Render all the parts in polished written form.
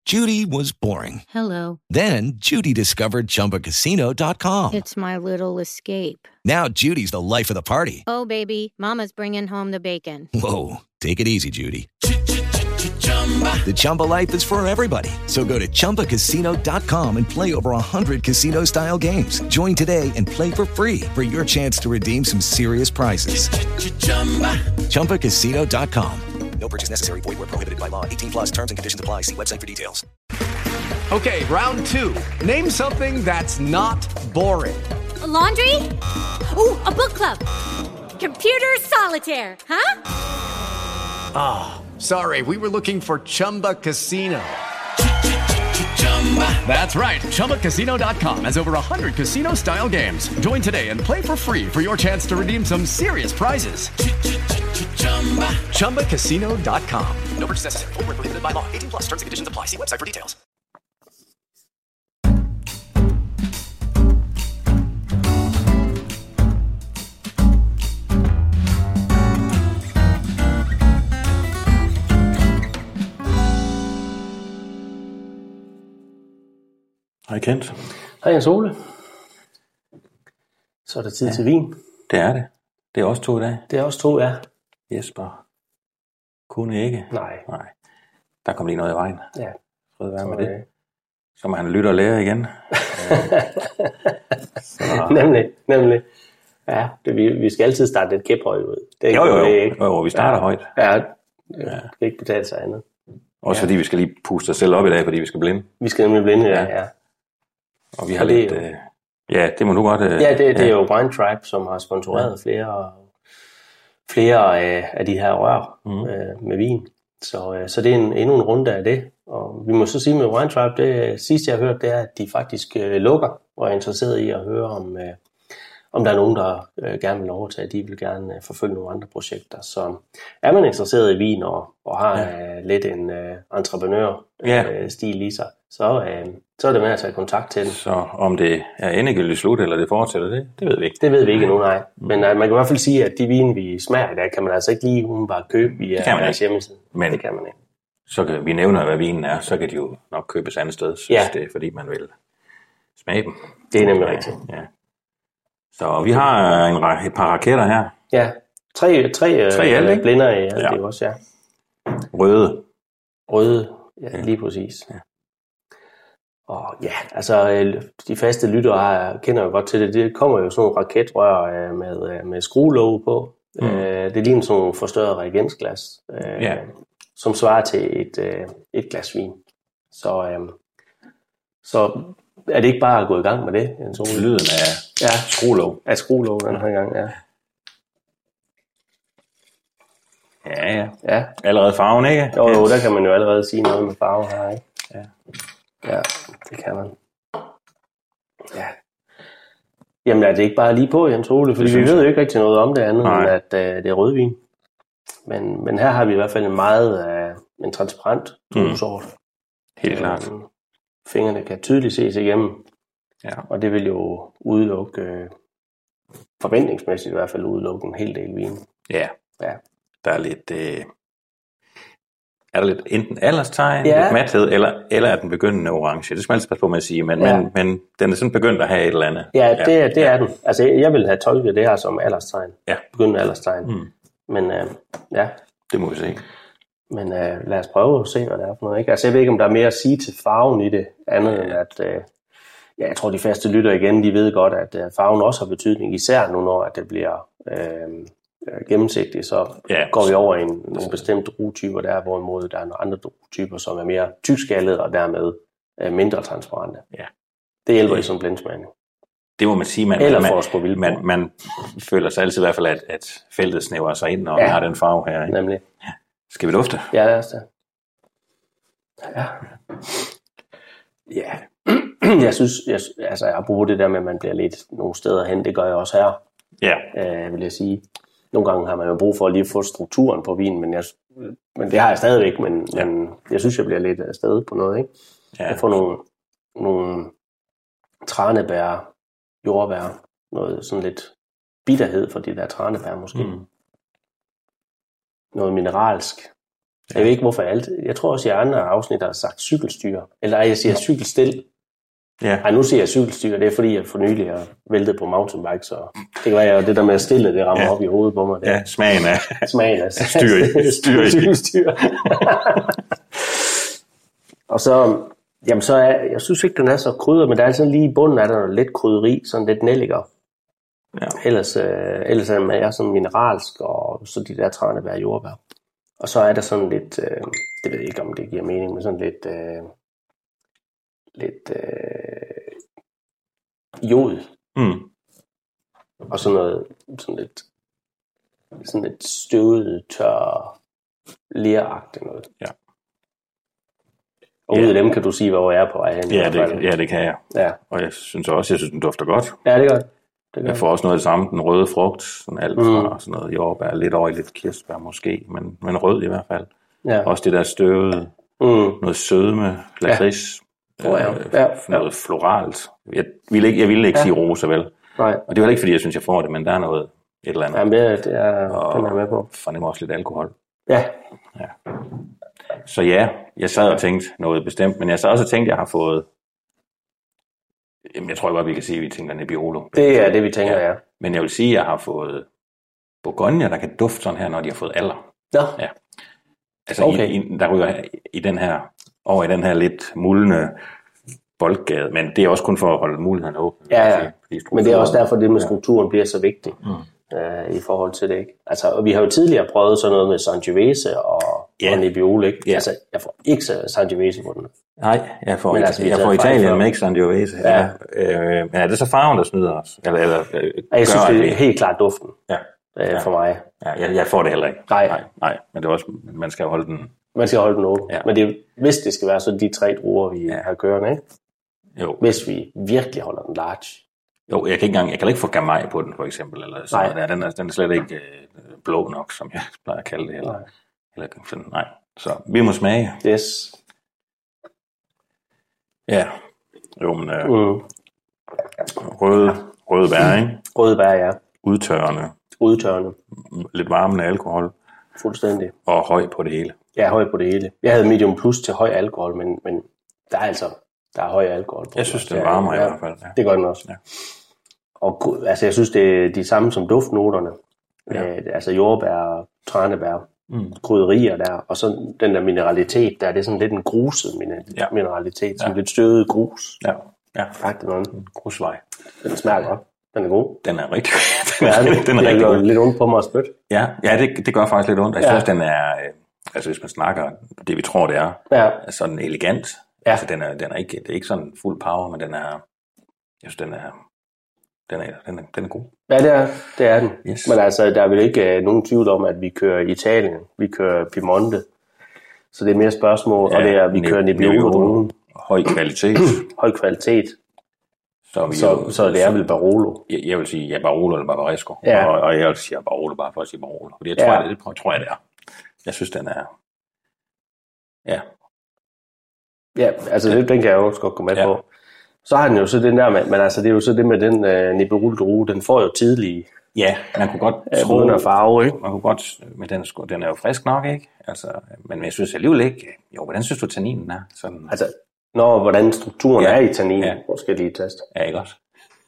Judy was boring. Hello. Then Judy discovered ChumbaCasino.com. It's my little escape. Now Judy's the life of the party. Oh, baby, mama's bringing home the bacon. Whoa, take it easy, Judy. The Chumba life is for everybody. So go to ChumbaCasino.com and play over 100 casino-style games. Join today and play for free for your chance to redeem some serious prizes. ChumbaCasino.com. No purchase necessary. Void where prohibited by law. 18 plus terms and conditions apply. See website for details. Okay, round two. Name something that's not boring. A laundry? Ooh, a book club. Computer solitaire, huh? Sorry, we were looking for Chumba Casino. That's right. ChumbaCasino.com has over 100 casino-style games. Join today and play for free for your chance to redeem some serious prizes. ChumbaCasino.com. No purchase necessary. Void where prohibited by law. 18 plus terms and conditions apply. See website for details. Hej Kent. Hej Jens Ole. Så er det tid til vin. Det er det. Det er også 2 i dag. Det er også 2, ja. Jesper. Kunne ikke. Nej. Der kom lige noget i vejen. Ja. Fred være med det. Så må han lytte og lære igen. Nemlig. Ja, vi skal altid starte lidt kæphøjt ud. Det er jo, vi starter højt. Ja, det kan ikke betale sig andet. Også fordi vi skal lige puste os selv op i dag, fordi vi skal blinde. Vi skal nemlig blinde, ja. Og vi har lidt... ja, det må du godt... det er jo Wine Tribe, som har sponsoreret flere af de her rør med vin. Så det er endnu en runde af det. Og vi må så sige med Wine Tribe, det sidste jeg har hørt, det er, at de faktisk lukker og er interesseret i at høre om der er nogen, der gerne vil overtage. De vil gerne forfølge nogle andre projekter. Så er man interesseret i vin og har lidt en entreprenør-stil i sig, så er det med at tage kontakt til dem. Så om det er endegyldigt slut, eller det fortsætter, det ved vi ikke. Det ved vi ikke endnu, nej. Men man kan i hvert fald sige, at de vine, vi smager i dag, kan man altså ikke lige bare købe via deres hjemmeside. Men det kan man ikke. Så kan vi nævne, hvad vinen er, så kan de jo nok købes andet sted, hvis det er, fordi man vil smage dem. Det er nemlig rigtigt. Ja. Så vi har et par raketter her. Ja, tre blinder i det er også, ja. Røde, ja, lige præcis. Ja. Og ja, altså de faste lyttere kender jo godt til det. Det kommer jo sådan nogle raketrør med skruelåge på. Det ligner sådan nogle forstørrede reagensglas, som svarer til et glas vin. Så er det ikke bare at gå i gang med det? Lyden af skruelåg. Af skruelåg den her gang, ja. Ja. Allerede farven, ikke? Jo, der kan man jo allerede sige noget med farve her, ikke? Ja, det kan man. Ja. Jamen er det ikke bare lige på, Jens Ole? Fordi vi ved jo ikke rigtig noget om det andet, end at det er rødvin. Men her har vi i hvert fald en transparent druesort. Helt klart. Fingrene kan tydeligt ses igennem. Ja. Og det vil jo udelukke, forventningsmæssigt i hvert fald udelukke en hel del vin. Ja. Der er lidt... Er der lidt enten alderstegn, lidt mathed, eller er den begyndende orange? Det skal man altid passe på med at sige, men den er sådan begyndt at have et eller andet. Ja, det er den. Altså, jeg vil have tolket det her som alderstegn. Ja. Begyndende alderstegn. Men det må vi se. Men lad os prøve at se, hvad det er for noget. Ikke? Altså, jeg ved ikke, om der er mere at sige til farven i det, andet end at... jeg tror, de faste lytter igen, de ved godt, at farven også har betydning, især nu, når det bliver... gennemsigtigt, så går vi over i nogle bestemte druetyper der, hvorimod der er nogle andre druetyper, som er mere tykskaldet og dermed mindre transparente. Ja. Det hjælper i sådan blindsmagning. Det må man sige, man føler sig altid i hvert fald, at feltet snæver sig ind, når man har den farve her. Ikke? Nemlig. Skal vi dufte? Ja, lad os da. Ja. Jeg synes, jeg bruger det der med, at man bliver lidt nogle steder hen, det gør jeg også her. Ja. Vil jeg sige. Nogle gange har man jo brug for at lige få strukturen på vinen, men det har jeg stadigvæk, men jeg synes, jeg bliver lidt afsted på noget, ikke? Ja. Jeg får nogle tranebær, jordbær, noget sådan lidt bitterhed for de der tranebær måske. Noget mineralsk. Jeg ved ikke, hvorfor jeg tror også, at i andre afsnit har sagt cykelstyre. Eller jeg siger cykelstil. Ja. Ej, nu siger jeg cykelstyre. Det er fordi, jeg for nylig har væltet på mountainbike, så det kan være, at det der med at stille, det rammer op i hovedet på mig. Ja, smagen af styre. Cykelstyre. Og så, jeg synes ikke, den er så krydret, men der er sådan lige i bunden, er der lidt krydderi, sådan lidt nelliker. Ja. Ellers er man sådan mineralsk, og så de der tranebær og jordbær. Og så er der sådan lidt, det ved jeg ikke, om det giver mening, men sådan lidt jod. Og sådan lidt støvet, tør, leragtigt noget. Ja. Og ud af dem kan du sige, hvor jeg er på vej hen. Det kan jeg. Ja. Og jeg synes, den dufter godt. Ja, det gør det. Jeg får også noget af det samme, den røde frugt, sådan alt fra sådan noget jordbær, lidt over i lidt kirsebær måske, men rød i hvert fald. Ja. Også det der støvede, noget sødme, lakrids, noget floralt. Jeg ville ikke sige rosa, vel? Nej. Og det var ikke, fordi jeg synes, jeg får det, men der er noget, et eller andet. Jamen, det er, den er med på. Fornemmer også lidt alkohol. Ja. Så ja, jeg sad og tænkte noget bestemt, men jeg sad også og tænkte, at jeg har fået... Jamen, jeg tror godt, vi kan sige, at vi tænker Nebbiolo. Det er det, vi tænker, ja. Men jeg vil sige, at jeg har fået Bourgogne, der kan dufte sådan her, når de har fået alder. Ja. Altså, okay. Der ryger i den her, over i den her lidt muldende boldgade, men det er også kun for at holde muligheden åben. Ja. Men det er også derfor, det med strukturen bliver så vigtigt i forhold til det, ikke? Altså, og vi har jo tidligere prøvet sådan noget med Sangiovese og Nebbiolo, ikke? Ja. Altså, jeg får ikke Sangiovese på den. Nej, jeg får Italien med ikke Sangiovese. Ja. Men er det så farven, der snyder os? Jeg synes, det er helt klart duften for mig. Ja, jeg får det heller ikke. Nej, men det er også, man skal holde den... Man skal holde den åben. Ja. Men hvis det skal være så de 3 druer, vi har kørende, ikke? Jo. Hvis vi virkelig holder den large. Jo, jeg kan ikke få gamay på den, for eksempel. Eller sådan der. Den er slet ikke blå nok, som jeg plejer at kalde det. Nej. Så vi må smage. Yes. Ja. Jo, men røde bær, ikke? Røde bær, ja. Udtørrende. Lidt varmende alkohol. Fuldstændig. Og høj på det hele. Ja, høj på det hele. Jeg havde medium plus til høj alkohol, men der er høj alkohol på. Jeg synes, det varmer i hvert fald. Ja. Det gør den også. Ja. Og altså, jeg synes, det er de samme som duftnoterne. Ja. Altså jordbær, tranebær, krydderier der, og så den der mineralitet der, det er sådan lidt en gruset mineralitet, sådan lidt støvet grus. Ja. Faktisk noget. Grusvej. Den smager godt. Den er god. Den er rigtig den er rigtig god. Lidt ondt på mig at spytte. Ja, det gør faktisk lidt ondt. Jeg synes, den er, altså hvis man snakker det, vi tror, det er, sådan elegant. Ja. Altså, den er ikke, det er ikke sådan fuld power, men den er, jeg synes, den er god. Ja, det er den. Yes. Men altså, der er vel ikke nogen tvivl om, at vi kører Italien, vi kører Piemonte, så det er mere spørgsmål, og det er, vi kører Nebbiolo. Høj kvalitet. Høj kvalitet. Så det er vel Barolo. Jeg vil sige Barolo eller Barbaresco. Ja. Og jeg vil sige Barolo bare for at sige Barolo. Fordi jeg tror, det er. Jeg synes, den er... Ja. Ja, altså den kan jeg også godt gå med på. Så har den jo så den der med, men altså det er jo så det med den Nebbiolo, den får jo tidlig. Ja, man kunne godt tro den farve, ikke? Man kunne godt, men den er jo frisk nok, ikke? Altså, men jeg synes alligevel ikke. Jo, hvordan synes du tanninen er? Sådan... Altså, hvordan strukturen er i tanninen, hvor skal jeg lige teste. Ja, ikke også?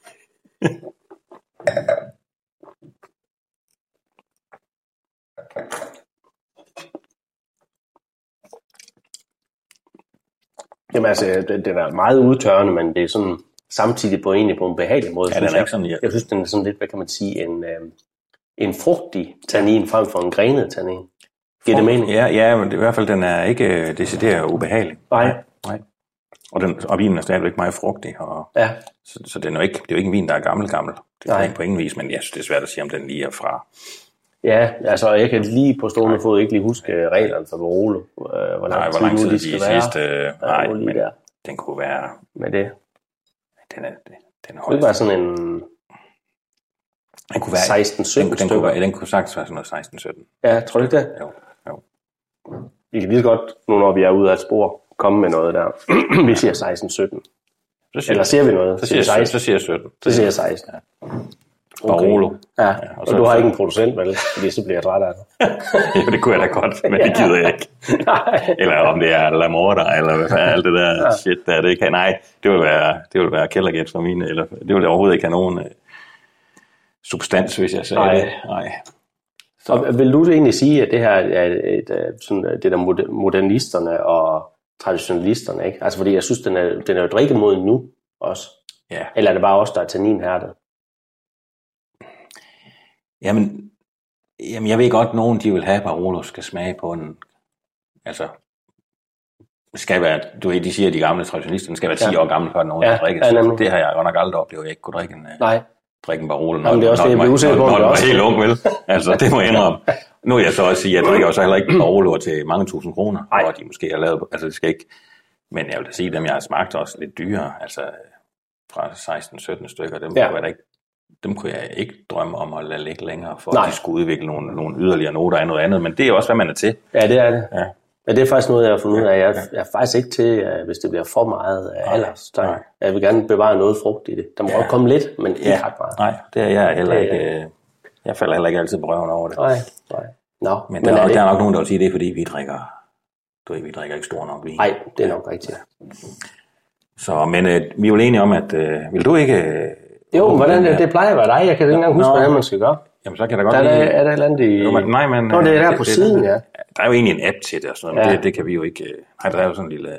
Jamen altså, den er meget udtørrende, men det er sådan samtidig på en behagelig måde. Ja, den er ikke sådan, jeg synes, den er sådan lidt, hvad kan man sige, en frugtig tannin frem for en grenet tannin. Giver det mening? Ja, men i hvert fald, den er ikke decideret ubehagelig. Nej. Og vinen er stadigvæk meget frugtig. Og, så det er jo ikke en vin, der er gammel. Det er ikke på ingen vis, men jeg synes, det er svært at sige, om den lige er fra. Ja, altså jeg kan lige på stående fod ikke lige huske reglerne for Barolo. Hvor lang tid de skal være. Nej, men den kunne være... Med det. Den er højst. Det var sådan en... Den kunne være 16-17 stykker. Den kunne sagtens være sådan noget 16-17. Ja, tror du ikke det? Jo. Vi kan lige godt, nu når vi er ude af et spor, komme med noget der. Vi siger 16-17. Eller siger vi noget? Så siger jeg 17. Så siger jeg 16. Ja. Barolo. Ja, og du har ikke en producent, vel? Fordi så bliver jeg træt af det. Jo, det kunne jeg da godt, men det gider jeg ikke. Eller om det er La Morta, eller hvad fanden, alt det der shit der, det kan. Nej, det vil være kældergæt for mine, eller det vil overhovedet ikke have nogen substans, hvis jeg sagde det. Nej. Så. Og vil du egentlig sige, at det her er det der modernisterne og traditionalisterne, ikke? Altså fordi jeg synes, den er jo drikkemoden nu også. Ja. Eller er det bare os, der er tanninhærdet? Jamen, jeg ved godt, nogen de vil have, at Barolo skal smage på en... Altså, skal være... Du ved, de siger, at de gamle traditionalister, den skal være 10 år gammel, før nogen kan drikke. Så det har jeg godt nok aldrig oplevet. Jeg ikke kunne drikke en Barolo, når det er også det, jeg bliver usikker på. Når den var helt ung, vel? Altså, det må jeg indrømme. Nu er jeg så også sige, at jeg drikker også heller ikke Baroloer til mange tusind kroner, hvor de måske har lavet... Altså, det skal ikke... Men jeg vil da sige, dem jeg har smagt også lidt dyrere, altså fra 16-17 stykker, dem kunne jeg ikke drømme om at lade ligge længere, for at de skulle udvikle nogle yderligere noter af noget andet, men det er også, hvad man er til. Ja, det er det. Ja. Ja, det er faktisk noget, jeg har fundet ud af. Jeg er faktisk ikke til, hvis det bliver for meget alderstegn. Jeg vil gerne bevare noget frugt i det. Der må også komme lidt, men ikke ret meget. Nej, det er jeg heller ikke. Jeg falder heller ikke altid på røven over det. Nej. No, men der er nok nogen, der vil sige, det er fordi, vi drikker ikke stor nok vin. Nej, det er nok rigtigt. Så, men vi er jo enige om, at vil du ikke... Jo, hvordan det plejer at være dig. Jeg kan ikke engang huske, hvordan man skal gøre. Jamen, så kan der godt er der et eller andet i... Nej, men... Nå, det er der på siden, ja. Der er jo egentlig en app til det og sådan noget, men det kan vi jo ikke... Nej, der er jo sådan en lille...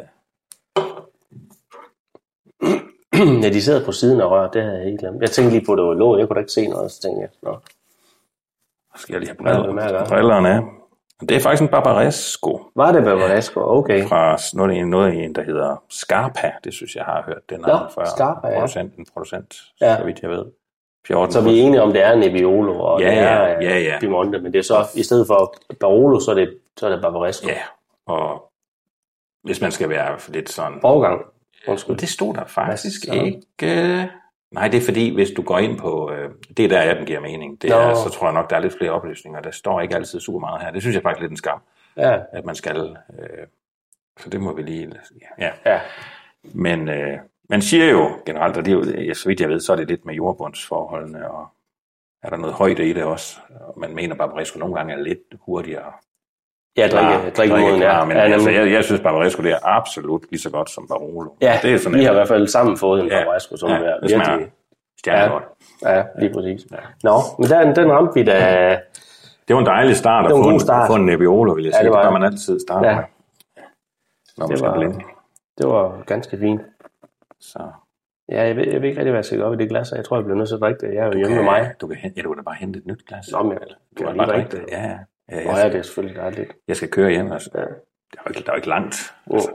Ja, de sidder på siden og rører, det har jeg helt glemt. Jeg tænkte lige på, at det var låg, jeg kunne da ikke se noget, så tænkte jeg... Nå. Skal jeg lige have brillerne af? Det er faktisk en Barbaresco. Var det Barbaresco? Okay. Fra noget i en, der hedder Scarpa. Det synes jeg har hørt den navn før. Scarpa, producent, så vidt jeg ved. 14. Så vi er enige om, det er Nebbiolo og det er Piemonte, men det er så, i stedet for Barolo, så er det Barbaresco. Ja, og hvis man skal være lidt sådan... Overgang. Det stod der faktisk ikke... Nej, det er fordi, hvis du går ind på... det er der, appen giver mening. Så tror jeg nok, der er lidt flere oplysninger. Der står ikke altid super meget her. Det synes jeg faktisk lidt en skam, at man skal... så det må vi lige... Ja. Men man siger jo generelt, og det er jo, så vidt jeg ved, så er det lidt med jordbundsforholdene, og er der noget højde i det også. Og man mener, at Barbaresco nogle gange er lidt hurtigere. Ja, drikkemoden er. Men jeg synes, Barbaresco det er absolut lige så godt som Barolo. Ja, det er sådan, vi har i hvert fald sammen fået en Barbaresco, som er virkelig stjernegodt. Ja, lige præcis. Ja. Nå, men den ramte vi da... Det var en dejlig start at få en Nebbiolo, vil jeg sige. Det bør man altid starte med. Når man skal blinde. Det var ganske fint. Så... Ja, jeg ved ikke rigtig, hvad jeg skal gøre i det glas, og jeg tror, jeg bliver nødt til at drikke det. Jeg er jo hjemme med mig. Du kan da bare hente et nyt glas. Nå, men du kan lige drikke det. Ja. Ja, det er selvfølgelig dejligt. Jeg skal køre hjem, altså. Ja. Det er jo ikke langt. Altså.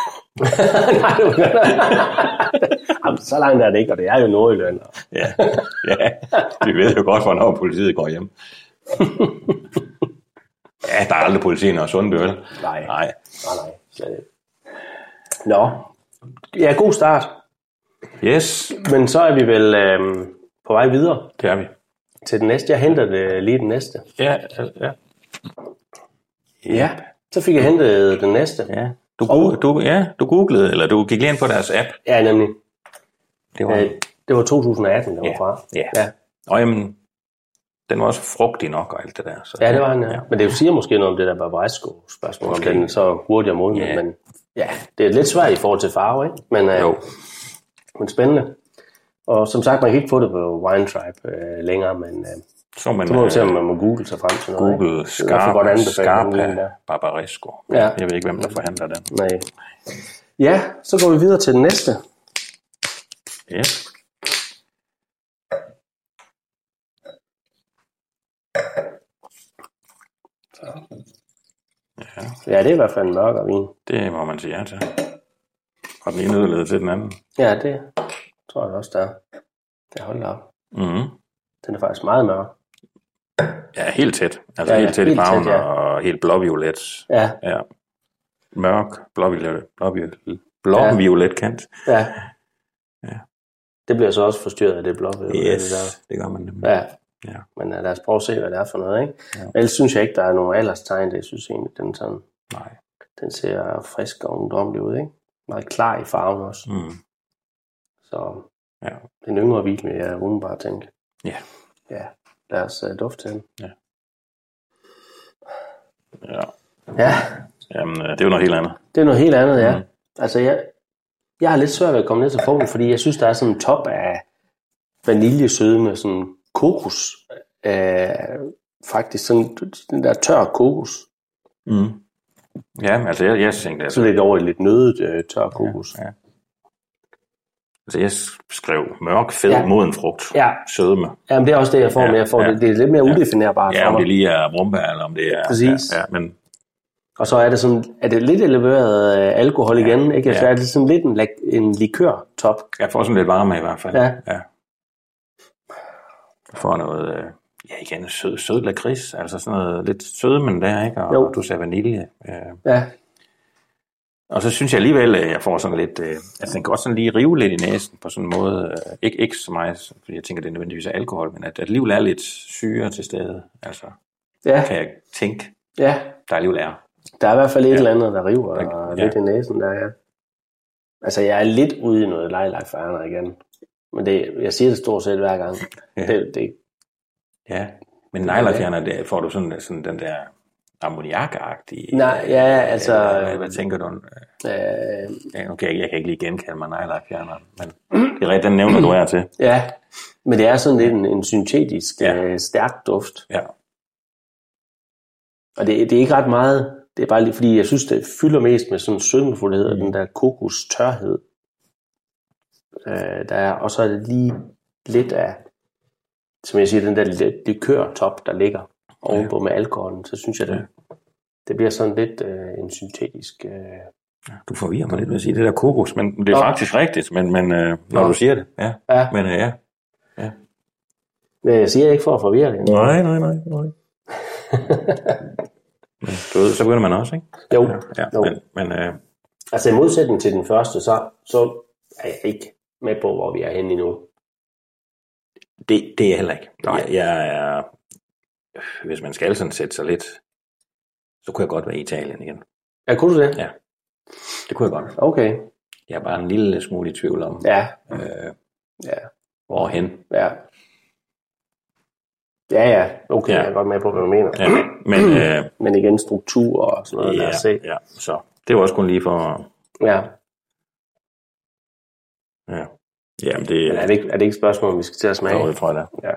Jamen, så langt er det ikke, og det er jo Nordjylland. Ja, vi ved jo godt, hvornår politiet går hjem. Ja, der er aldrig politi, når Sundby, vel? Nej. Slet ikke. Nå, ja, god start. Yes. Men så er vi vel på vej videre. Det er vi. Til den næste. Jeg henter lige den næste. Ja. Ja, så fik jeg hentet den næste. Ja. Du googlede, eller du gik lige ind på deres app. Ja, nemlig. Det var 2018, der var fra. Ja. Og jamen, den var også frugtig nok og alt det der. Så, ja, det var den, ja. Men det siger måske noget om det der Barbaresco-spørgsmål, om den så hurtigere modne. Ja. Men ja, det er lidt svært i forhold til farve, ikke? Men spændende. Og som sagt, man kan ikke få det på Wine Tribe længere, men så må man se, om man må google sig frem til noget. Google Scarpa Barbaresco. Ja. Jeg ved ikke, hvem der forhandler den. Nej. Ja, så går vi videre til den næste. Ja. Ja, det er i hvert fald en mørkere vin. Det må man sige ja til. Fra den ene yderlede til den anden. Ja, det tror jeg også, der er. Det holder op. Mm-hmm. Den er faktisk meget mørk. Ja, helt tæt. Altså helt tæt i farven og helt blåviolet. Ja. Mørk, blåviolet kant. Ja. Det bliver så også forstyrret af det blåviolet. Yes, det gør man nemlig. Ja. Men lad os prøve at se, hvad det er for noget, ikke? Ja. Ellers synes jeg ikke, der er nogen alderstegn. Det synes egentlig, den sådan... Nej. Den ser frisk og ungdomlig ud, ikke? Meget klar i farven også. Mm. Så en yngre vin, vil jeg umiddelbart tænke. Ja. Ja, lad os dufte til den. Ja. Ja. Jamen, det er jo noget helt andet. Det er noget helt andet, ja. Altså, jeg har lidt svært ved at komme ned til frugten, fordi jeg synes, der er sådan en top af vaniljesødme, sådan kokos. Faktisk sådan den der tør kokos. Ja, altså jeg tænkte... Altså, så lidt over i lidt nødet tør kokos. Ja. Altså jeg skrev mørk, fed, moden frugt. Ja. Sødme. Jamen det er også det, jeg får med. Jeg får det er lidt mere udefinerbart. Ja, om det lige er brumbær, eller om det er... Præcis. Ja, men... Og så er det sådan, er det lidt eleveret alkohol igen, ikke? Så er det sådan lidt en likør-top. Jeg får sådan lidt varme i hvert fald. Ja. Jeg får noget, igen, sød lakrids, altså sådan noget lidt sødmen der, ikke? Og du sagde vanilje. Ja. Og så synes jeg alligevel, at jeg får sådan lidt, at den kan også sådan lige rive lidt i næsen på sådan en måde, ikke så meget, fordi jeg tænker, det er nødvendigvis alkohol, men at alligevel er lidt syre til stede, altså, kan jeg tænke, der alligevel er. Der er i hvert fald et eller andet, der river lidt i næsen der, ja. Altså, jeg er lidt ude i noget lejlagfærner igen. Men jeg siger det stort set hver gang. Ja, men nejlagfjerner, det får du sådan den der ammoniak-agtige... Nej, ja, altså... Hvad tænker du? Okay, jeg kan ikke lige genkalde mig nejlagfjerneren, men det er rigtigt, den nævner du her til. Ja, men det er sådan lidt en syntetisk, stærk duft. Ja. Og det er ikke ret meget... Det er bare lige, fordi jeg synes, det fylder mest med sådan sødmefuldhed og den der kokostørhed. Og så er det lige lidt af, som jeg siger, den der likør-top, der ligger ovenpå med alkoholen. Så synes jeg, det bliver sådan lidt en syntetisk... Du forvirrer mig lidt ved at sige det der kokos, men det er faktisk rigtigt, men når du siger det. Ja. Men ja. Men jeg siger ikke for at forvirre det. Nej. Men du ved, så begynder man også, ikke? Jo. Men altså i modsætning til den første, så er jeg ikke med på, hvor vi er henne endnu. Det er jeg heller ikke. Jeg er, hvis man skal sådan sætte sig lidt, så kunne jeg godt være i Italien igen. Ja, kunne du det? Ja, det kunne jeg godt. Okay. Jeg er bare en lille smule i tvivl om, hvorhen. Ja. Ja, okay, jeg er godt med på, hvad du mener. Ja, men igen, struktur og sådan noget, lad os se. Ja, så det var også kun lige for... Ja. Jamen, det... Men er det ikke et spørgsmål, vi skal til at smage? Jo, det tror jeg da.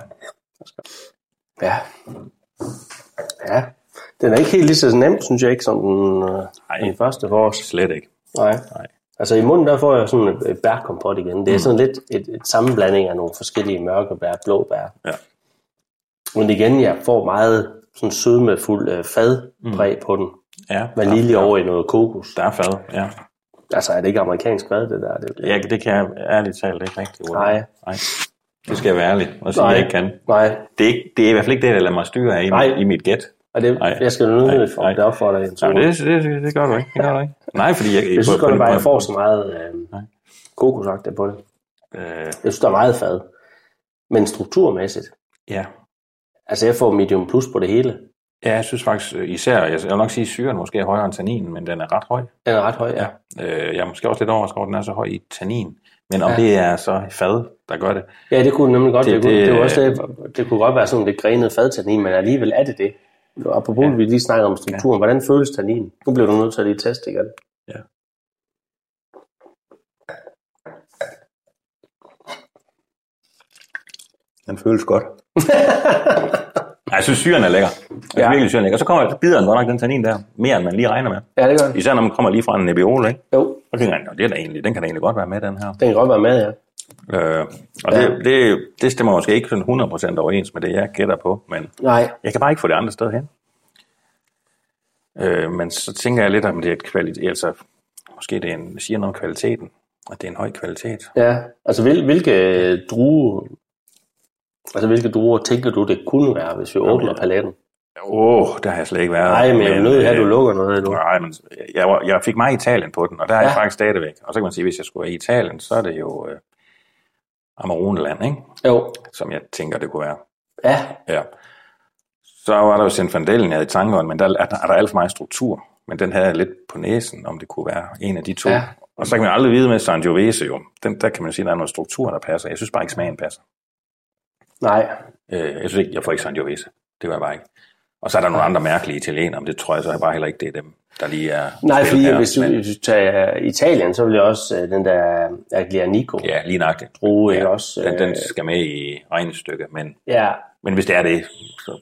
Ja. Den er ikke helt lige så nem, synes jeg ikke, som den første for os. Slet ikke. Nej. Altså i munden, der får jeg sådan et bærkompot igen. Det er sådan lidt et sammenblanding af nogle forskellige mørkebær, blåbær. Ja. Men igen, jeg får meget sådan sødmefuld fadpræg på den. Ja. Vanilje over i noget kokos. Der er fad, ja. Altså, er det ikke amerikansk fad, det der? Ja, det kan jeg ærligt talt ikke rigtigt. Nej. Det skal jeg være ærlig og sige, jeg ikke kan. Nej. Det er i hvert fald ikke det, der lader mig styre af i mit gæt. Og jeg skal nødvendigt få det op for dig. Det gør du ikke. Nej, fordi jeg synes godt, at jeg får så meget kokosagtigt på det. Jeg synes, der er meget fad. Men strukturmæssigt. Ja. Altså, jeg får medium plus på det hele. Ja, jeg synes faktisk især, jeg vil nok sige, at syren måske er højere end tanninen, men den er ret høj. Den er ret høj, ja. Jeg er måske også lidt overrasket over, at den er så høj i tannin. Men om det er så fad, der gør det. Ja, det kunne nemlig godt. Det kunne godt være sådan lidt grenet fadtannin, men alligevel er det det. Apropos, vi lige snakker om strukturen. Hvordan føles tanninen? Nu bliver du nødt til at lige teste igen. Ja. Den føles godt. Jeg synes, syren er lækker. Jeg virkelig syren er lækker. Og så bider den godt nok den tannin der, mere end man lige regner med. Ja, det gør den. Især når man kommer lige fra en Nebbiolo, ikke? Jo. Og tænker jeg, det er da egentlig, den kan da egentlig godt være med, den her. Den kan godt være med, ja. Og det stemmer måske ikke sådan 100% overens med det, jeg gætter på, men jeg kan bare ikke få det andre sted hen. Men så tænker jeg lidt om det er kvalitet, altså måske det siger noget om kvaliteten, at det er en høj kvalitet. Ja, altså hvilke druer tænker du, det kunne være, hvis vi åbner paletten? Der har jeg slet ikke været. Nej, men jeg er nødt til at du lukker noget nu. Nej, men jeg fik meget Italien på den, og der er jeg faktisk stadigvæk. Og så kan man sige, hvis jeg skulle være i Italien, så er det jo Amaroneland, ikke? Jo. Som jeg tænker, det kunne være. Ja. Så var der jo Zinfandellen, jeg havde i tankerne, men der er der alt for meget struktur. Men den havde jeg lidt på næsen, om det kunne være en af de to. Ja. Og så kan man aldrig vide med Sangiovese jo. Der kan man sige, at der er noget struktur, der passer. Jeg synes bare ikke, smagen passer. Nej. Jeg synes ikke, jeg får ikke Sangiovese. Det var jeg bare ikke. Og så er der nogle andre mærkelige italienere, men det tror jeg så bare heller ikke, det er dem, der lige er... Nej, fordi her, hvis du tager Italien, så vil jeg også den der Aglianico. Ja, lige nøjagtigt. Bruge, ikke også? Den skal med i regnestykket, men, men hvis det er det, så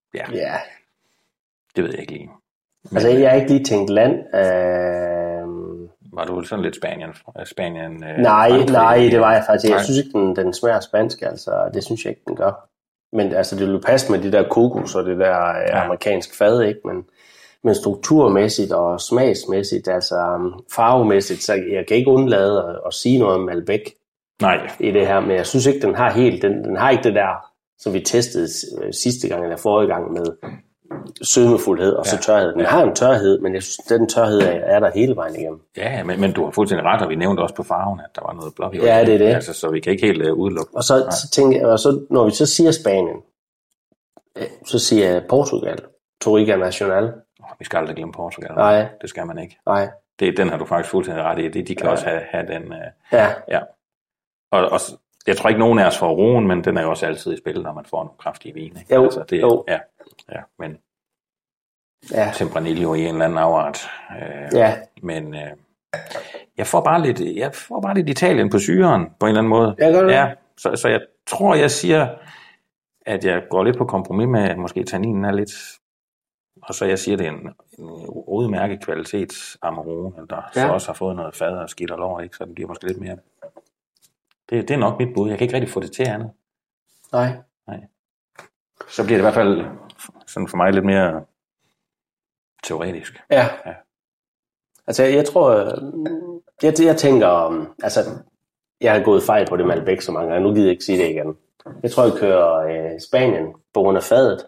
det ved jeg ikke lige. Men, altså, jeg har ikke lige tænkt land. Var du sådan lidt Spanien nej, det var jeg faktisk. Jeg synes ikke, den smager spansk, altså. Det synes jeg ikke, den gør. Men altså, det vil passe med de der kokos og det der amerikansk fad, ikke? Men strukturmæssigt og smagsmæssigt, altså farvemæssigt, så jeg kan ikke undlade at sige noget om Malbec i det her. Men jeg synes ikke, den har helt, den har ikke det der, som vi testede sidste gang eller forrige gang med sødmefuldhed og så tørhed. Den har en tørhed, men jeg synes, den tørhed er der hele vejen igennem. Ja, men du har fuldstændig ret, og vi nævnte også på farven, at der var noget blåt. Ja, det er det. Altså, så vi kan ikke helt udelukke. Og så tænker jeg, når vi så siger Spanien, så siger jeg Portugal, Touriga Nacional. Vi skal aldrig glemme Portugal. Nej. Det skal man ikke. Nej. Den har du faktisk fuldstændig ret i. De kan også have den. Ja. Og jeg tror ikke, nogen af os får roen, men den er jo også altid i spil, når man får nogle kraftige vine. Jo. Altså, det, ja, men Tempranillo i en eller anden afart. Men jeg får bare lidt Italien på syren på en eller anden måde. Jeg gør det. Ja, så jeg tror, jeg siger, at jeg går lidt på kompromis med, at måske tanninen er lidt... Og så jeg siger, det er en udmærket kvalitets Amarone, der så også har fået noget fad og skidt og lår, ikke? Så den bliver måske lidt mere... Det er nok mit bud. Jeg kan ikke rigtig få det til andet. Nej. Så bliver det i hvert fald sådan for mig lidt mere teoretisk. Ja. Altså, jeg tror... Jeg tænker... Altså, jeg har gået fejl på det Malbec så mange gange. Nu gider jeg ikke sige det igen. Jeg tror, jeg kører Spanien på grund af fadet.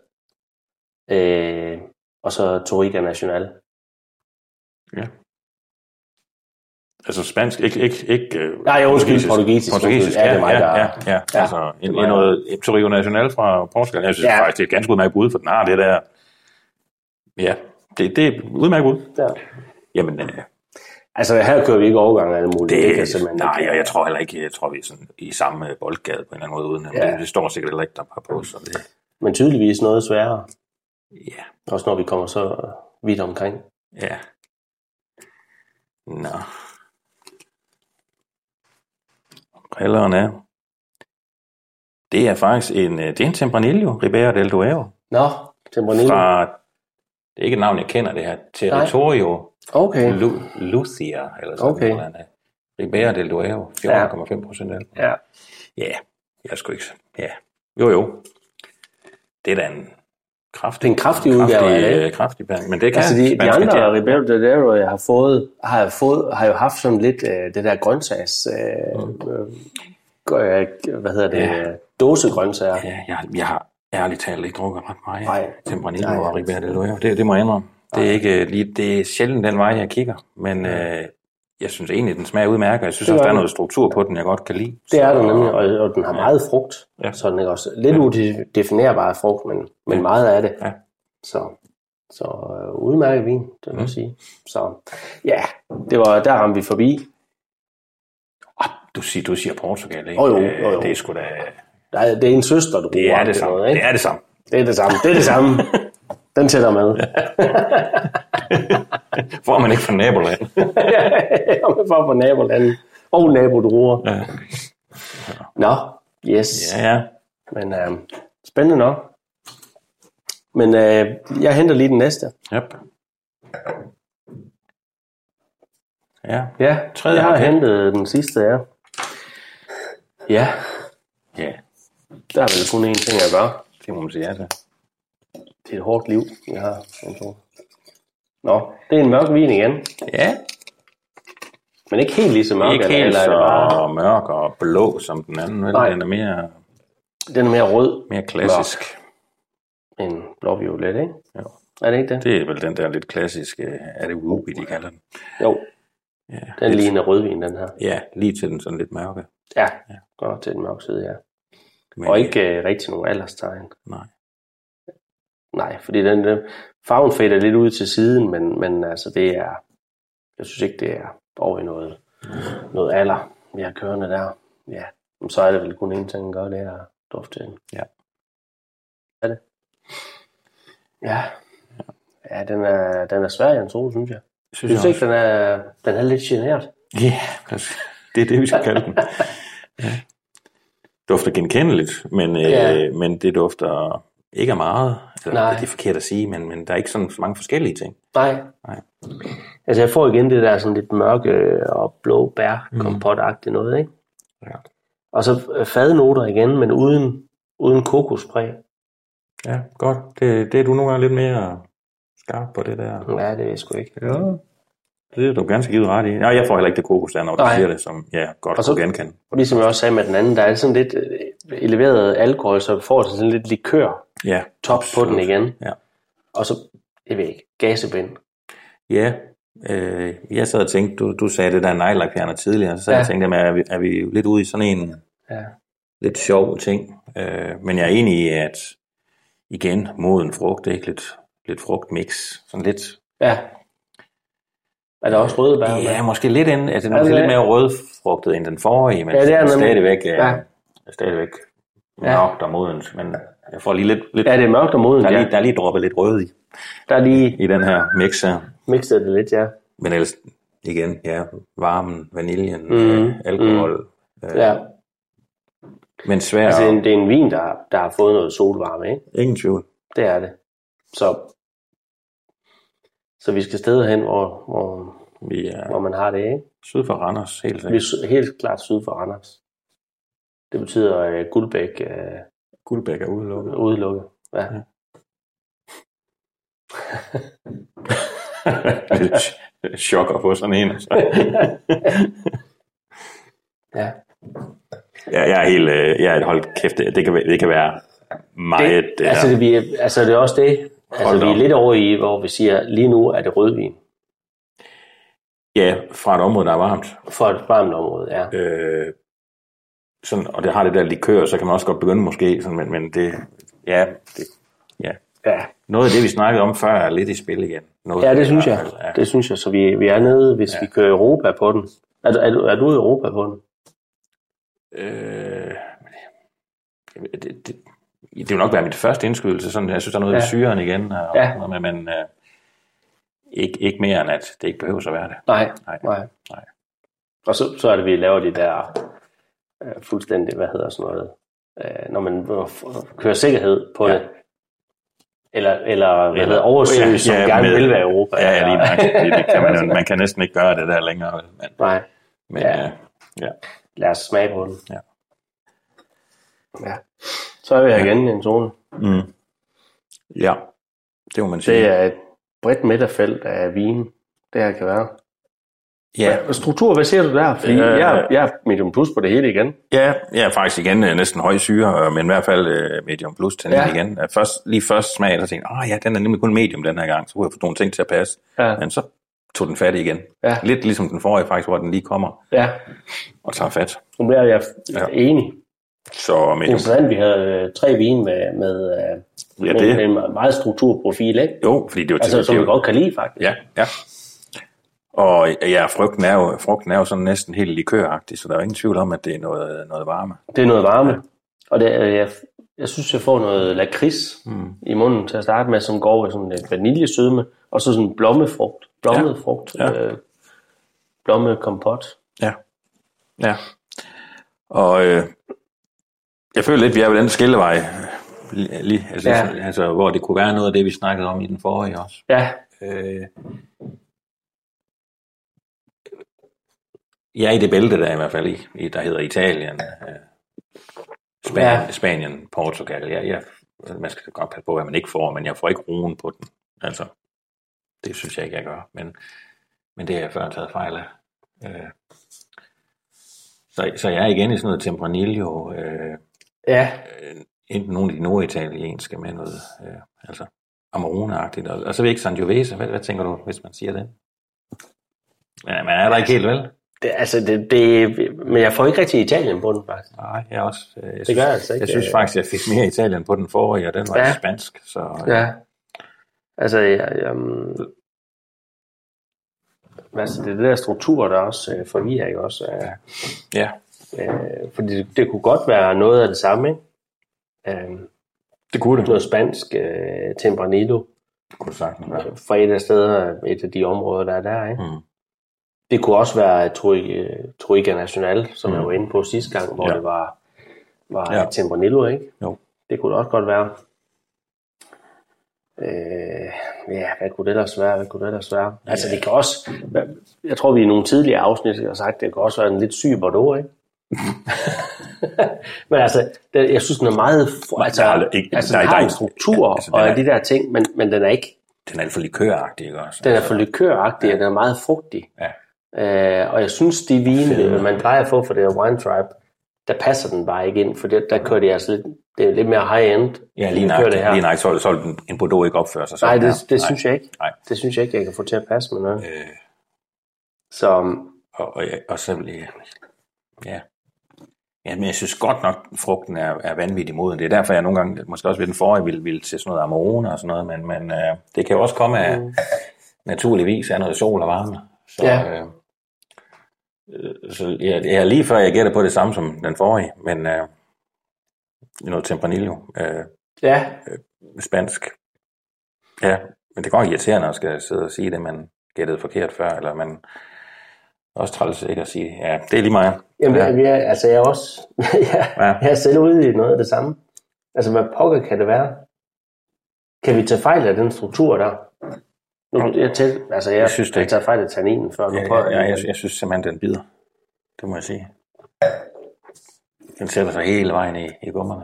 Og så Touriga Nacional. Ja. Altså spansk, ikke nej, undskyld, portugisisk. Ja, det er mig, der... Altså, noget Touriga Nacional fra Portugal. Jeg synes faktisk, det er et ganske udmærket bud, for den har det der... Ja, det er et udmærket bud. Ja. Jamen... Altså, her kører vi ikke overgang af det muligt. Jeg tror heller ikke, vi er sådan i samme boldgade på en eller anden måde, uden det står sikkert heller ikke der på. Så det... Men tydeligvis noget sværere. Ja. Også når vi kommer så vidt omkring. Ja. Nå. Brilleren er. Det er faktisk en Tempranillo Ribera del Duero. Nå, Tempranillo. Det er ikke et navn, jeg kender det her. Territorio Lucia, eller sådan noget. Ribera del Duero, 14,5% alkohol. Ja, jeg skulle ikke... Ja, jo. Det er da en kraftig... Det er en kraftig udgave af det. Kraftig band, men det kan... Altså de andre Ribera del Duero, jeg har jo haft sådan lidt det der grøntsags... hvad hedder det? Dåsegrøntsager. Ja, jeg har ærligt talt ikke drukket ret meget Tempranillo og Ribera del Duero. Det må jeg indrømme. Det er ikke lige, det er sjældent den vej, jeg kigger, men jeg synes egentlig, den smager udmærket. Jeg synes også, der er noget struktur på den, jeg godt kan lide. Det er den nemlig, og den har meget frugt, så den er også lidt udefinerbar frugt, men meget af det. Ja. Så udmærket vin, det må jeg sige. Så ja, der ramte vi forbi. Du siger Portugal, ikke? Jo. Det er sgu da... Det er en søster, du bruger. Det er det samme. Noget, ikke? Det er det samme. Det er det samme. Den tæller med. Får man ikke fra naboland. Man får fra nabolandet. Og nabodruer. Ja. Nå, yes. Ja. Men spændende nok. Men jeg henter lige den næste. Yep. Ja. Jeg har hentet den sidste her. Ja. Der er vel kun én ting at gøre. Det må man sige, Det er et hårdt liv, jeg har. Nå, det er en mørk vin igen. Ja. Men ikke helt lige så mørk. Ikke helt så mørk og blå som den anden. Vel? Nej. Den er mere rød. Mere klassisk. Mørk. En blåviolet, ikke? Jo. Er det ikke det? Det er vel den der lidt klassiske, er det ruby, de kalder den? Jo. Ja, den ligner rødvin, den her. Ja, lige til den sådan lidt mørke. Ja. Godt til den mørke side, ja. Men og ikke rigtig nogen alderstegn. Nej, fordi den farven fader lidt ud til siden, men altså det er, jeg synes ikke det er over i noget alder, vi har kørende der. Ja, så er det vel kun en ting at gøre, det er duft til den. Ja. det. Ja. Ja, den er svær, Jens Ole, synes jeg. Synes ikke, den er lidt genert? Ja, det er det, vi skal kalde den. Ja. Dufter genkendeligt, men det dufter ikke af meget. Altså, det er forkert at sige, men der er ikke sådan mange forskellige ting. Nej. Altså jeg får igen det der sådan lidt mørke og blå bær kompot-agtigt noget, ikke? Ja. Og så fadnoter igen, men uden kokospræg. Ja, godt. Det er du nogle gange lidt mere skarp på det der. Ja, det er sgu ikke. Ja. Det er du ganske givet ret i. Ja, jeg får heller ikke det kokos der, når du siger det, som godt kunne genkende. Og ligesom jeg også sagde med den anden, der er sådan lidt eleveret alkohol, så får du sådan lidt likør top på den igen. Ja. Og så, jeg ved ikke, gasebind. Ja, jeg sad og tænkte, du sagde det der nejlakfjerner tidligere, så jeg tænkte, er vi lidt ude i sådan en lidt sjov ting. Men jeg er enig i, at igen, moden frugt, det er ikke lidt frugtmix, sådan lidt. Ja. Er der også røde bær? Ja, måske lidt lidt mere rødfrugtet end den forrige, men det er stadigvæk mørkt og modent, men jeg får lige lidt. Ja, det er mørkt og modent. Der er lige droppet lidt rød i. Der er lige i den her mix her. Mixet det lidt, ja. Men ellers igen, varmen, vaniljen, alkohol. Men svært. Altså det er en vin, der har fået noget solvarme, ikke? Ingen tvivl. Det er det. Så vi skal steder hen, hvor man har det, ikke? Syd for Randers, helt sikkert. Vi er helt klart syd for Randers. Det betyder Guldbæk. Guldbæk er udelukket. Udelukket, ja. Chok at få sådan en. Ja. Ja, jeg er helt, hold kæft, det kan være meget. Det er også det. Altså, vi er lidt over i, hvor vi siger, lige nu er det rødvin. Ja, fra et område, der er varmt. Fra et varmt område, ja. Sådan, og det har det der likør, så kan man også godt begynde måske, sådan, men det. Noget af det, vi snakkede om før, er lidt i spil igen. Det synes jeg. Ja. Det synes jeg, så vi er nede, hvis vi kører Europa på den. Er du i Europa på den? Det vil nok være mit første indskydelse, sådan, jeg synes, der er noget i syren igen, men ikke mere end, at det ikke behøver at være det. Nej. Og så er det, vi laver de der fuldstændig, når man kører sikkerhed på det, eller oversøge, som gerne vil være i Europa. Ja, lige nok. Det kan man kan næsten ikke gøre det der længere. Nej. Men lad os smage på den. Ja. Så er vi her igen i en zone. Ja, det må man sige. Det er et bredt midterfelt af vin, det her kan være. Ja. Struktur, hvad ser du der? Fordi jeg er medium plus på det hele igen. Ja, jeg er faktisk igen næsten høj syre, men i hvert fald medium plus til den igen. Først smag, og tænkte den er nemlig kun medium den her gang, så kunne jeg få nogle ting til at passe. Ja. Men så tog den fat igen. Ja. Lidt ligesom den forrige faktisk, hvor den lige kommer og tager fat. Nu bliver jeg enig. Så medium. Interessant, vi havde 3 vine med en meget strukturprofil, ikke? Jo, fordi det var altså, som vi godt kan lide, faktisk. Ja. Og frugten er jo sådan næsten helt likøragtig, så der er ingen tvivl om, at det er noget varme. Det er noget varme, og jeg synes, jeg får noget lakrids i munden til at starte med, som går over sådan lidt vaniljesødme, og så sådan blommet frugt, blommekompot. Ja. Og jeg føler lidt, vi er ved den skillevej, altså, hvor det kunne være noget af det, vi snakkede om i den forrige også. Ja. Jeg er i det bælte der i hvert fald, der hedder Italien, Spanien, Portugal. Man skal godt passe på, hvad man ikke får, men jeg får ikke roen på den. Altså, det synes jeg ikke, jeg gør. Men det har jeg før taget fejl af. Så jeg er igen i sådan noget Tempranillo. Enten nogle af de norditalienske med noget, Amarone-agtigt. Og så vil jeg ikke Sangiovese. Hvad tænker du, hvis man siger det? Men man er der ikke helt, vel? Men jeg får ikke rigtig Italien på den, faktisk. Nej, jeg også. Det gør jeg altså ikke. Jeg synes faktisk, jeg fik mere Italien på den forrige, og den var spansk. Så, Altså, det der struktur, der også forvirrer, ikke også? Fordi det kunne godt være noget af det samme, ikke? Det kunne det. Noget spansk Tempranillo. Det kunne sagtens være. Fra et af de områder, der er der, ikke? Det kunne også være Touriga Nacional, som jeg var inde på sidste gang, hvor det var Tempranillo, ikke? Jo. Det kunne det også godt være. Hvad kunne det ellers være? Altså, det kan også... Jeg tror, vi i nogle tidligere afsnit har sagt, det kan også være en lidt syg Bordeaux, ikke? Men altså, jeg synes, den er meget... der har en struktur og de der ting, men den er ikke... Den er alt for likøragtig, ikke også? Den er for likøragtig, og den er meget frugtig. Ja. Og jeg synes, de vine, man drejer for det her Wine Tribe, der passer den bare ikke ind, for der kører de altså lidt... Det er lidt mere high-end. Ja, lige nok, så en Bordeaux ikke opfører sig sådan. Nej, det synes jeg ikke. Nej. Det synes jeg ikke, jeg kan få til at passe med noget. Så... Og så vil jeg... Ja, men jeg synes godt nok, frugten er vanvittig moden. Det er derfor, jeg nogle gange, måske også ved den forrige, ville til sådan noget Amarone og sådan noget, men det kan jo også komme af, naturligvis af noget sol og varme. Så, så jeg er lige før, jeg gætter på det samme som den forrige, men noget Tempranillo. Spansk. Ja, men det går irriterende at skal sidde og sige det, man gættede forkert før, eller man også træls ikke at sige. Ja, det er lige meget. Jamen, jeg er også... jeg er selv ude i noget af det samme. Altså, hvad pokker kan det være? Kan vi tage fejl af den struktur der? Jeg synes, jeg tager fejl af tanninen før. Jeg synes simpelthen, den bider. Det må jeg sige. Den sætter sig hele vejen i gummerne.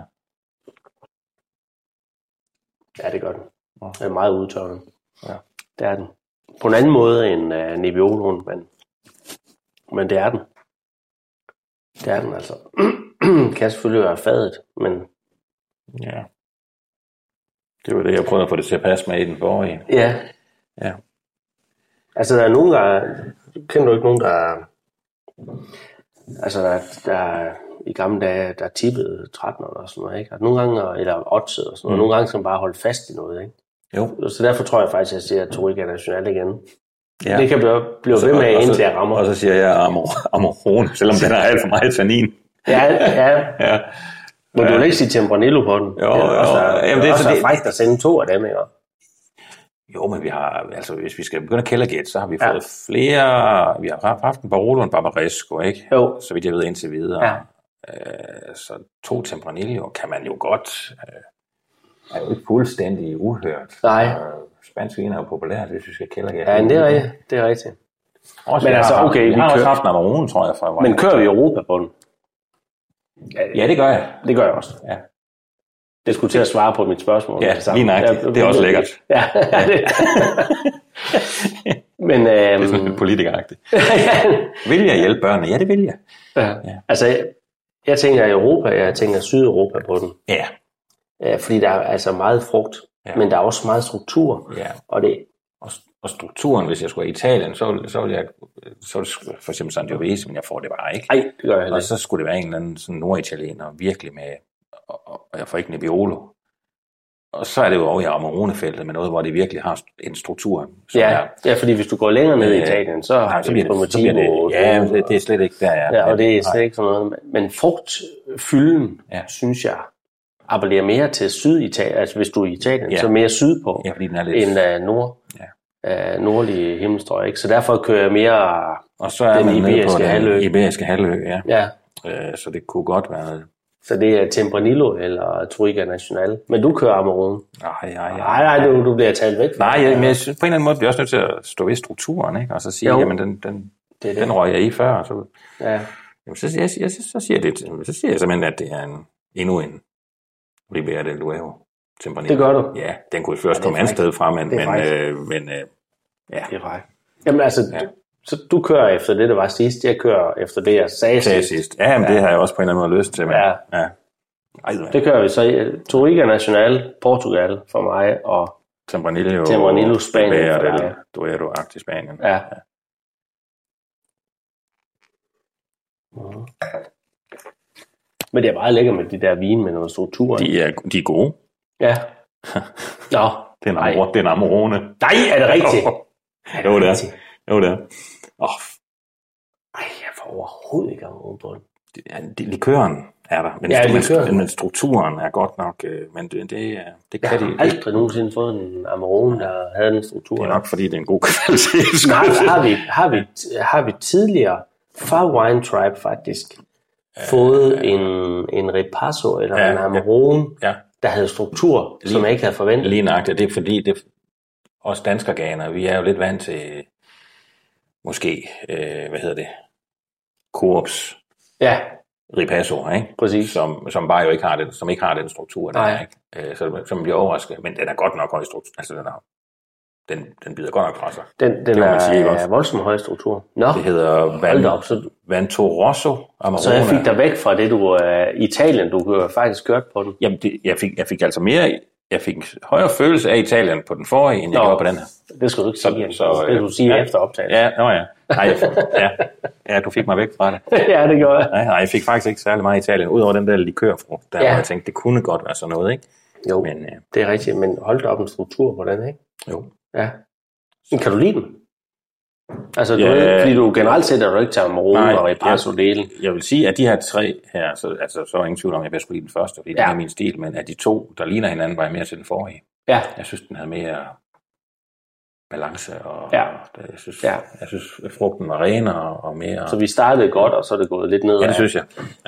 Ja, det gør den. Det er meget udtørrende. Ja. Det er den. På en anden måde end Nebbioloen, men det er den. Det er den altså. Kan selvfølgelig være fadet, men... Ja. Det var det, jeg prøvede at få det til at passe med i den forrige. Ja. Altså, der er nogen, der... Kender du ikke nogen, der... Altså, der i gamle dage, der tippede 13 og sådan noget, ikke? Og nogle gange, eller oddset og sådan noget. Nogle gange skal man bare holde fast i noget, ikke? Jo. Så derfor tror jeg faktisk, at jeg siger Touriga Nacional igen. Ja. Det kan blive ved med, indtil jeg rammer. Og så siger jeg Amarone, selvom den har alt for meget tannin. Ja. Men du vil ikke sige Tempranillo på den. Jo. Jamen, det er også frækt at sende 2 af dem, ikke? Jo, men vi har, altså hvis vi skal begynde at kældergætte, så har vi fået flere, vi har haft en Barolo og en Barbaresco, ikke? Jo. Så vidt jeg ved indtil videre. Ja. Så 2 Tempranillo kan man jo godt, er jo ikke fuldstændig uhørt. Nej. Spansk vin er jo populært, hvis vi skal kældergætte. Ja, det er rigtigt. Også, men altså, okay, vi har også haft en Amarone, tror jeg. Men kører vi i Europa på den? Ja, det gør jeg. Det gør jeg også. Ja. Det skulle til at svare på mit spørgsmål. Ja, lige nøjagtigt. Det er også lækkert. Ja, det. Men, det er sådan lidt politikeragtigt. Vil jeg hjælpe børnene? Ja, det vil jeg. Ja. Altså, jeg tænker Europa, jeg tænker Sydeuropa på den. Ja. Fordi der er altså meget frugt, men der er også meget struktur. Ja. Og strukturen, hvis jeg skulle i Italien, så ville jeg for eksempel Sangiovese, men jeg får det bare ikke. Nej, det gør jeg heller ikke. Og så skulle det være en eller anden sådan norditaliener, virkelig med, og jeg får ikke Nebbiolo. Og så er det jo over i Amarone-feltet med noget, hvor det virkelig har en struktur. Ja, fordi hvis du går længere ned i Italien, så har det det er slet ikke der. Ja, og det er slet ikke sådan noget. Men frugtfylden, synes jeg, appellerer mere til Syditalien. Altså hvis du er i Italien, så mere sydpå, end nordlige himmelstrøg. Ikke? Så derfor kører jeg mere og så er den iberiske halvø. Ja. Så det kunne godt være noget. Så det er Tempranillo eller Touriga Nacional. Men du kører Amarone. Nej, du bliver talt væk. Nej, men jeg synes, på en eller anden måde bliver jeg også nødt til at stå ved strukturen, ikke? Og så sige, jamen den røg jeg i før. Så, jamen, så siger jeg simpelthen, at det er endnu en Ribera del Duero. Tempranillo. Det gør du? Ja, den kunne først komme andet sted fra, men det er frækt. Jamen altså... Så du kører efter det, der var sidst. Jeg kører efter det, jeg sagde sidst. Ja, men det har jeg også på en eller anden måde lyst til. Men, det kører vi så. Touriga Nacional, Portugal for mig, og Tempranillo Spanien. Duero-agtig Spanien. Ja. Men det er meget lækkert med de der vine med noget struktur. De er gode. Ja. Nå. Det er en Amarone. Nej, er det rigtigt? Jo, det er. Jo, det er. Jeg får overhovedet ikke Amarone på den. likøren er der, men strukturen er godt nok, men det kan jeg har aldrig nogensinde fået en Amarone, der havde en struktur. Det er nok, fordi det er en god kvalitet. Nej, har vi tidligere fra Wine Tribe faktisk fået en Ripasso eller en Amarone, der havde struktur, som jeg ikke havde forventet. Lige nøjagtigt, det er fordi, os danskerganer, vi er jo lidt vant til, måske, Coops Ripasso, ikke? Præcis. Som bare jo ikke har den struktur, der, ikke? Som bliver overrasket, men den er godt nok høj struktur, altså den bider godt nok fra sig. Den er voldsomt høj struktur. Nå, det hedder Vento Rosso Amarone. Så jeg fik dig væk fra det, du Italien, du faktisk kørt på den. Jamen, jeg fik altså mere. Jeg fik en højere følelse af Italien på den forrige, end jeg gjorde på den her. Det skal du ikke sige. Så det du sige efter optagelsen. Ja. Nej, du fik mig væk fra det. Ja, det gjorde jeg. Nej, jeg fik faktisk ikke særlig meget Italien, udover den der likørfrugt, der hvor jeg tænkte, det kunne godt være sådan noget, ikke? Jo, men, det er rigtigt, men hold da op en struktur på den, ikke? Jo. Ja. Men kan du lide den? Altså, fordi du generelt set er du ikke til Amarone og Ripasso-delen. Jeg vil sige, at de her 3 her, så er ingen tvivl om, at jeg bedst kunne lide den første, fordi det er min stil, men at de 2, der ligner hinanden, var jeg mere til den forrige. Ja. Jeg synes, den havde mere balance, og jeg synes, frugten var renere og mere... Så vi startede godt, og så er det gået lidt ned. Ja, det synes jeg. Ja.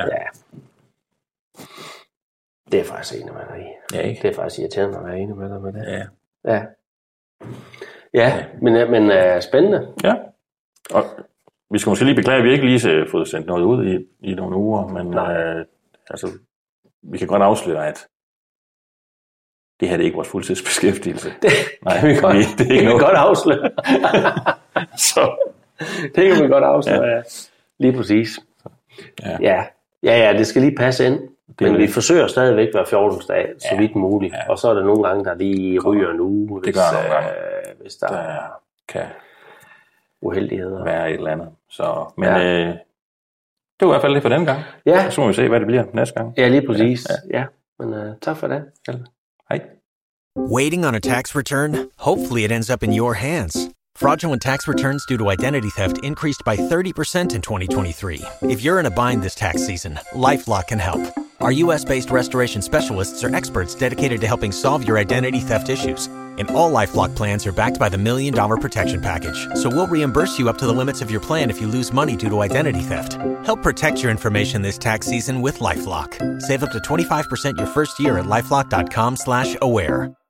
Det er faktisk enig med dig i. Ja, ikke? Det er faktisk irriterende, at være enig med dig med det. Ja. Ja, men spændende. Ja, og vi skal måske lige beklage, at vi ikke lige fået sendt noget ud i nogle uger, men vi kan godt afsløre, at det her det er ikke vores fuldtidsbeskæftigelse. Det kan vi godt afsløre. Så. Det kan vi godt afsløre, ja. Lige præcis. Ja, det skal lige passe ind. Men vi forsøger stadigvæk hver 14. dag, så vidt muligt. Ja. Og så er der nogle gange, der lige ryger en uge, hvis der kan uheldigheder. Være et eller andet. Så, men det var i hvert fald det for den gang. Ja. Så må vi se, hvad det bliver næste gang. Ja, lige præcis. Ja. Men tak for det. Hej. Waiting on a tax return? Hopefully it ends up in your hands. Fraudulent tax returns due to identity theft increased by 30% in 2023. If you're in a bind this tax season, LifeLock can help. Our U.S.-based restoration specialists are experts dedicated to helping solve your identity theft issues. And all LifeLock plans are backed by the $1 Million Protection Package. So we'll reimburse you up to the limits of your plan if you lose money due to identity theft. Help protect your information this tax season with LifeLock. Save up to 25% your first year at LifeLock.com/aware.